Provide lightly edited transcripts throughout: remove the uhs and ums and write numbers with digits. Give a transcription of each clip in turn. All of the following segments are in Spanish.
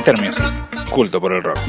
Mr. Music, culto por el rock.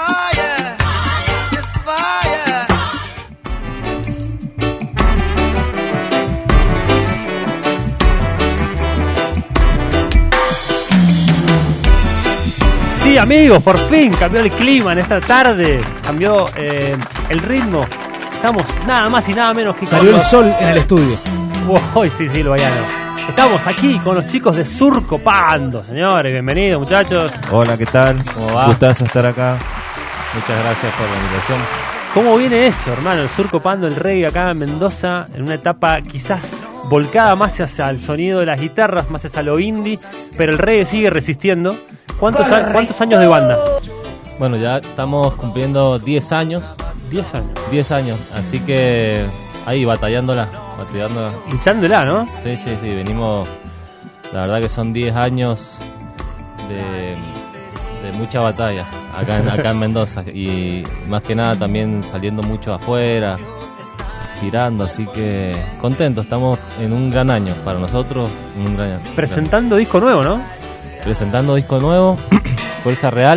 Sí, amigos, por fin cambió el clima en esta tarde, cambió el ritmo. Estamos nada más y nada menos que... Salió el sol en el estudio. Uy, sí, lo vayano. Estamos aquí con los chicos de Surcopando, señores. Bienvenidos, muchachos. Hola, ¿qué tal? ¿Cómo va? Gustazo estar acá. Muchas gracias por la invitación. ¿Cómo viene eso, hermano? El Surcopando, el reggae acá en Mendoza, en una etapa quizás volcada más hacia el sonido de las guitarras, más hacia lo indie, pero el reggae sigue resistiendo. ¿Cuántos años de banda? Bueno, ya estamos cumpliendo 10 años. 10 años, así que ahí batallándola. Luchándola, ¿no? Sí, venimos, la verdad que son 10 años de mucha batalla acá en Mendoza, y más que nada también saliendo mucho afuera, girando, así que contentos, estamos en un gran año, para nosotros un gran año. Presentando disco nuevo, ¿no? Presentando disco nuevo, Fuerza Real.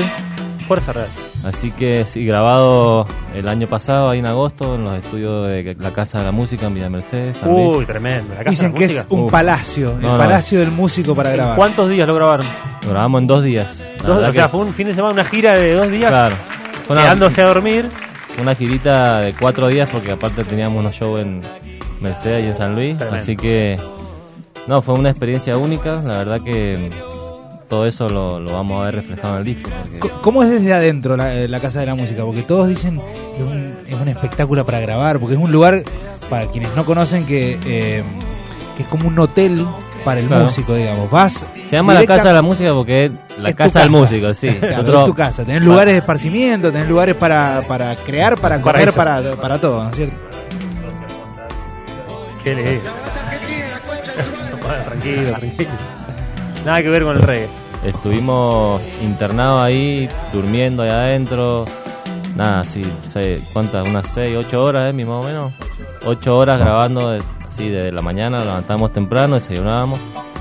Así que sí, grabado el año pasado, ahí en agosto, en los estudios de la Casa de la Música en Villa Mercedes. Uy, tremendo. La Casa Dicen de la que Música es un palacio, el palacio del músico para grabar. ¿Cuántos días lo grabaron? Lo grabamos en 2 días. O sea, fue un fin de semana, una gira de 2 días. Claro. Quedándose a dormir. Una girita de 4 días, porque aparte teníamos unos shows en Mercedes y en San Luis. Tremendo. Así que, no, fue una experiencia única. La verdad que todo eso lo vamos a ver reflejado en el disco. Porque... ¿Cómo es desde adentro la Casa de la Música? Porque todos dicen es un espectáculo para grabar, porque es un lugar, para quienes no conocen, que es como un hotel para el músico, digamos. Se llama la Casa de la Música porque es la casa del músico, sí. Claro, es tu casa. Tenés lugares de esparcimiento, tenés lugares para crear, para comer, para todo, ¿no es cierto? ¿Qué le es? Tranquilo. Nada que ver con el reggae. Estuvimos internados ahí, durmiendo ahí adentro. Nada, sí, ¿cuántas? Unas 6, 8 horas, más o menos. 8 horas grabando, así desde la mañana, levantamos temprano, desayunábamos.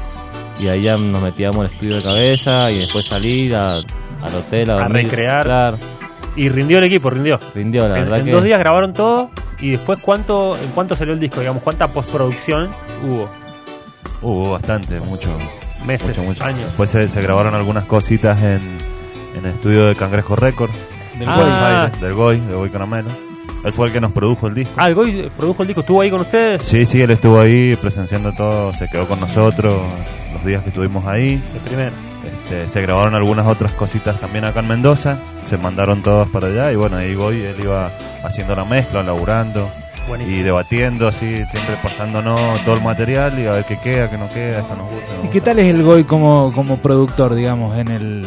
Y ahí ya nos metíamos al estudio de cabeza y después salir al hotel a dormir, recrear. Claro. Y rindió el equipo, rindió. La verdad en que... 2 días grabaron todo. Y después, ¿en cuánto salió el disco? Digamos, ¿cuánta postproducción hubo? Hubo bastante, mucho. Meses, mucho. años. Después se grabaron algunas cositas en el estudio de Cangrejo Record, Del Buenos Aires, de Goy Caramelo. Él fue el que nos produjo el disco. ¿El Goy produjo el disco? ¿Estuvo ahí con ustedes? Sí, él estuvo ahí presenciando todo, se quedó con nosotros los días que estuvimos ahí. El primero. Se grabaron algunas otras cositas también acá en Mendoza, se mandaron todas para allá y bueno, ahí Goy, él iba haciendo la mezcla, laburando. Buenísimo. Y debatiendo así, siempre pasándonos todo el material y a ver qué queda, qué no queda, esto nos gusta. ¿Y qué tal es el Goy como productor, digamos,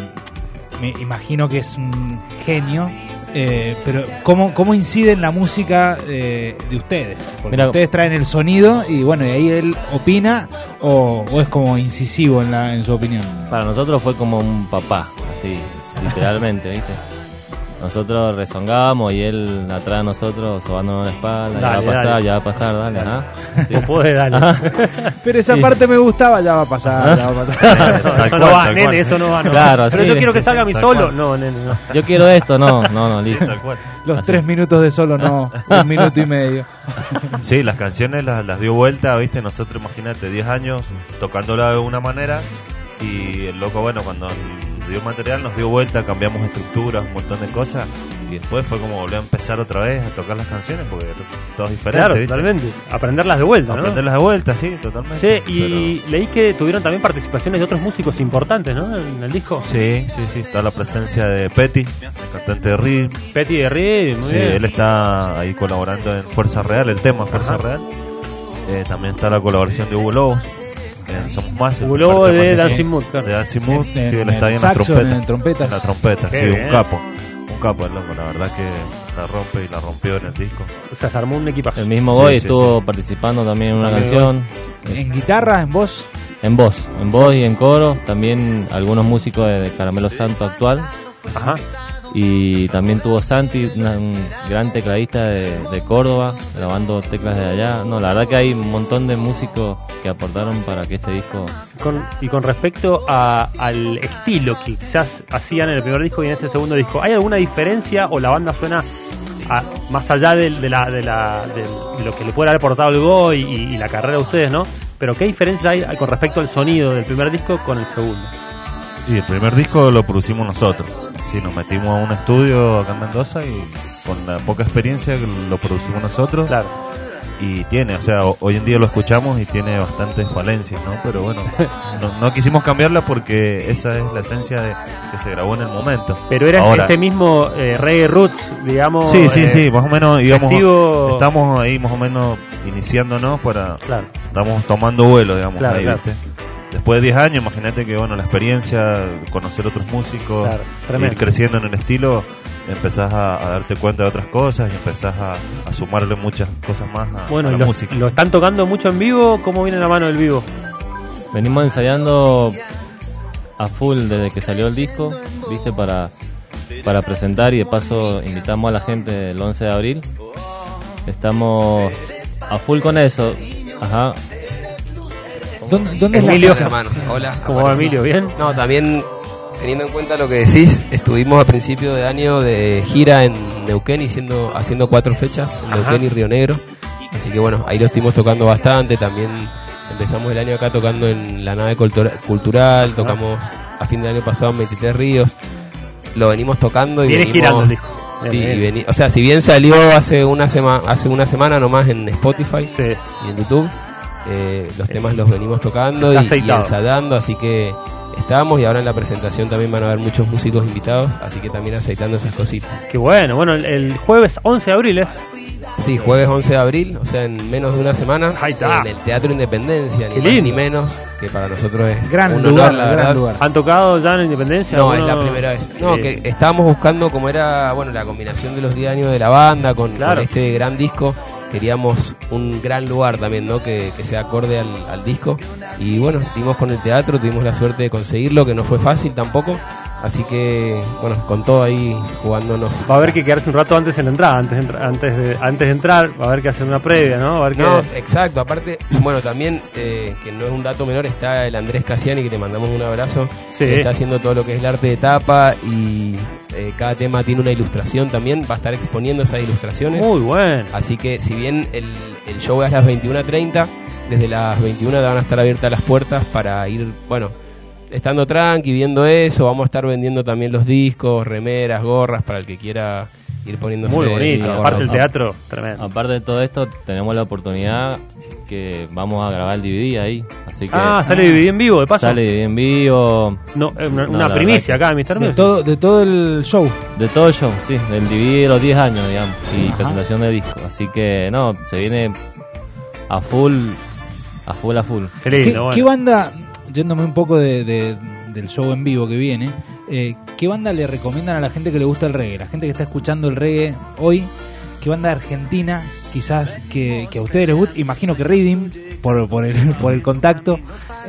me imagino que es un genio, pero ¿cómo incide en la música de ustedes? Porque ustedes traen el sonido y bueno, y ahí él opina o es como incisivo en su opinión. Para nosotros fue como un papá, así, literalmente, ¿viste? Nosotros rezongábamos y él atrás de nosotros sobándonos la espalda. Dale, ya va a pasar, dale. Ajá. Sí. No puede, dale. Pero esa parte me gustaba, ya va a pasar. Eso no va, nene, eso no va. No. Claro, pero sí, yo quiero que sí, salga sí, mi solo. No, nene, no. Yo quiero esto, no, listo. Los 3 minutos de solo no, 1 minuto y medio. Sí, las canciones las dio vuelta, ¿viste? Nosotros, imagínate, 10 años tocándola de una manera y el loco, bueno, cuando nos dio material nos dio vuelta, cambiamos estructuras, un montón de cosas y después fue como volver a empezar otra vez a tocar las canciones porque todo es diferente, Claro, ¿viste? totalmente. Aprenderlas de vuelta, ¿no? Aprenderlas de vuelta, sí, totalmente. Sí, y leí que tuvieron también participaciones de otros músicos importantes, ¿no? En el disco. Sí, está la presencia de Petty, el cantante de Reed. Petty de Reed, muy bien. Él está ahí colaborando en Fuerza Real, el tema Fuerza Real. También está la colaboración de Hugo Lobos. Somos más. Hugo Lobos de Dancing Mood, claro. De Dancing Mood, sí, él en está ahí en saxo, las en trompetas. En la trompeta, Qué sí, bien. un capo el loco, la verdad que la rompe y la rompió en el disco. O sea, se armó un equipaje. El mismo Goy estuvo participando también en una canción. ¿En guitarra, en voz? En voz y en coro. También algunos músicos de Caramelo Santo actual. Ajá. Y también tuvo Santi, un gran tecladista de Córdoba, grabando teclas de allá. No, la verdad que hay un montón de músicos que aportaron para que este disco... Y con respecto al estilo que quizás hacían en el primer disco y en este segundo disco, ¿hay alguna diferencia o la banda suena más allá de lo que le puede haber aportado el Go y la carrera de ustedes, ¿no? Pero ¿qué diferencia hay con respecto al sonido del primer disco con el segundo? Y el primer disco lo producimos nosotros. Sí, nos metimos a un estudio acá en Mendoza y con la poca experiencia lo producimos nosotros. Claro. Y tiene, o sea, hoy en día lo escuchamos y tiene bastantes falencias, ¿no? Pero bueno, no quisimos cambiarla porque esa es la esencia de que se grabó en el momento. Pero era ahora, este mismo reggae roots, digamos. Sí, más o menos íbamos, festivo... estamos ahí más o menos iniciándonos para... Claro. Estamos tomando vuelo, digamos, claro, ahí, claro. ¿viste? Después de 10 años, imagínate que bueno, la experiencia, conocer otros músicos, claro, ir creciendo en el estilo, empezás a darte cuenta de otras cosas y empezás a sumarle muchas cosas más a la música. ¿Lo están tocando mucho en vivo? ¿Cómo viene la mano del vivo? Venimos ensayando a full desde que salió el disco, viste, para presentar, y de paso invitamos a la gente el 11 de abril. Estamos a full con eso. Ajá. ¿Dónde es Emilio? la Hermanos, hola. ¿Cómo va, Emilio? ¿Bien? No, también teniendo en cuenta lo que decís, estuvimos a principio de año de gira en Neuquén haciendo 4 fechas en Neuquén y Río Negro. Así que bueno, ahí lo estuvimos tocando bastante. También empezamos el año acá tocando en la nave cultural, tocamos a fin de año pasado en 23 Ríos. Lo venimos tocando y venimos girando el disco. o sea, si bien salió hace una semana nomás en Spotify y en YouTube, los temas los venimos tocando y ensayando, así que estamos, y ahora en la presentación también van a haber muchos músicos invitados, así que también aceitando esas cositas. Qué bueno, el jueves 11 de abril, ¿eh? Sí, jueves 11 de abril, o sea, en menos de una semana, en el Teatro Independencia, ni más ni menos, que para nosotros es gran un lugar, honor, la verdad. gran lugar. ¿Han tocado ya en Independencia? No, es la primera vez. No, que estábamos buscando cómo era, bueno, la combinación de los 10 años de la banda con este gran disco. Queríamos un gran lugar también, ¿no? Que sea acorde al disco. Y bueno, dimos con el teatro, tuvimos la suerte de conseguirlo, que no fue fácil tampoco. Así que, bueno, con todo ahí jugándonos. Va a haber que quedarse un rato antes en la entrada, antes de entrar, va a haber que hacer una previa, ¿no? A ver no, exacto. Aparte, bueno, también, que no es un dato menor, está el Andrés Casiani, que le mandamos un abrazo. Sí. Que está haciendo todo lo que es el arte de tapa y cada tema tiene una ilustración también. Va a estar exponiendo esas ilustraciones. Muy bueno. Así que si bien el show es a las 21:30, desde las 21 van a estar abiertas las puertas para ir, bueno, estando tranqui, viendo eso. Vamos a estar vendiendo también los discos, remeras, gorras, para el que quiera ir poniéndose. Muy bonito, aparte del teatro, tremendo. Aparte de todo esto, tenemos la oportunidad que vamos a grabar el DVD ahí. Así que sale DVD en vivo, de paso. Sale DVD en vivo. No, una primicia acá en Mr. Music. De todo el show. De todo el show, sí. Del DVD de los 10 años, digamos. Y presentación de disco. Así que, no, se viene a full. Qué lindo, ¿Qué banda, yéndome un poco del show en vivo que viene, qué banda le recomiendan a la gente que le gusta el reggae? La gente que está escuchando el reggae hoy, ¿qué banda de Argentina quizás que a ustedes les gusta? Imagino que Rhythm, por el contacto,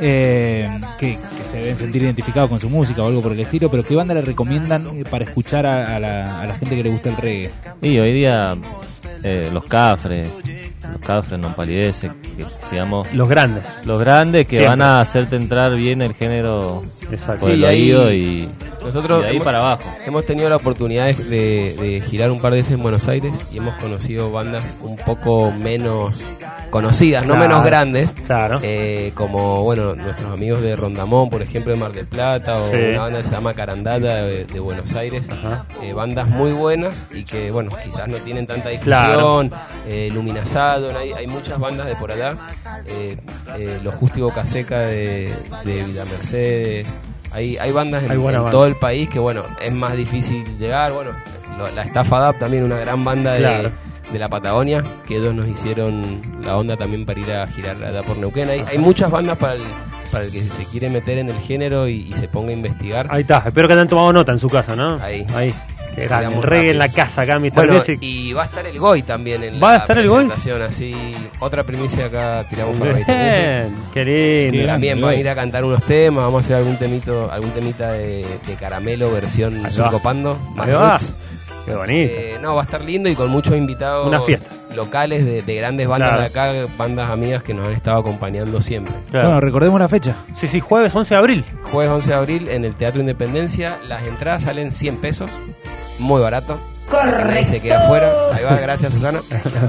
que se deben sentir identificados con su música o algo por el estilo, pero ¿qué banda le recomiendan para escuchar a la gente que le gusta el reggae? Y hoy día los Cafres no palidece, que digamos los grandes que siempre van a hacerte entrar bien el género. Exacto. Por el oído y nosotros de ahí para abajo. Hemos tenido la oportunidad de girar un par de veces en Buenos Aires y hemos conocido bandas un poco menos conocidas, no menos grandes, como bueno, nuestros amigos de Rondamón, por ejemplo, de Mar del Plata, o una banda que se llama Carandata de Buenos Aires. Bandas muy buenas y que bueno, quizás no tienen tanta difusión. Luminasado, hay muchas bandas de por allá, los Justi Boca Seca de Villa Mercedes. Hay bandas en todo el país que bueno, es más difícil llegar. Bueno, la Estafa Dap también, una gran banda de la Patagonia, que ellos nos hicieron la onda también para ir a girar allá por Neuquén. Hay muchas bandas para el que se quiere meter en el género y se ponga a investigar. Ahí está, espero que hayan tomado nota en su casa, ¿no? Ahí. grande, el reggae en la casa acá, Mr. Bueno, Music. y va a estar el Goy también en ¿Va a la estar el Goy? presentación, así, otra primicia acá tiramos para Bien, qué lindo. También van a ir a cantar unos temas, vamos a hacer algún temita de Caramelo versión Surco Pando, más roots. Qué bonito. No, va a estar lindo y con muchos invitados Una fiesta. locales de grandes bandas de acá, bandas amigas que nos han estado acompañando siempre. Claro. Bueno, recordemos la fecha. Sí, jueves 11 de abril. Jueves 11 de abril en el Teatro Independencia, las entradas salen 100 pesos, muy barato. Nadie se queda afuera. Ahí va, gracias Susana.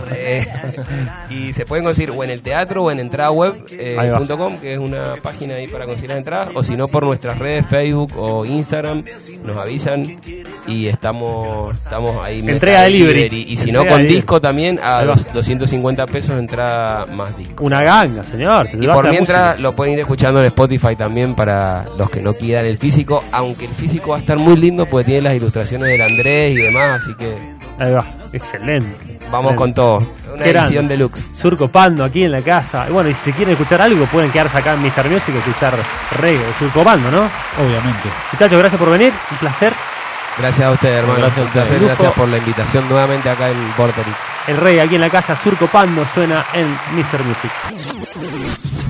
Y se pueden conseguir o en el teatro o en entradaweb.com, que es una página ahí para conseguir las entradas, o si no por nuestras redes, Facebook o Instagram, nos avisan y estamos ahí. Entrega delivery. Y si no, con disco también a 250 pesos entrada más disco. Una ganga, señor. Y por mientras lo pueden ir escuchando en Spotify también para los que no quieran el físico, aunque el físico va a estar muy lindo porque tiene las ilustraciones del Andrés y demás, así que ahí va, excelente. Vamos con todo. Una edición deluxe. Surco Pando aquí en la casa. Y bueno, y si quieren escuchar algo, pueden quedarse acá en Mr. Music y escuchar reggae de Surco Pando, ¿no? Obviamente. Muchachos, gracias por venir. Un placer. Gracias a ustedes, hermano. Gracias, un placer. Gracias por la invitación nuevamente acá en Borderix. El reggae aquí en la casa, Surco Pando, suena en Mr. Music.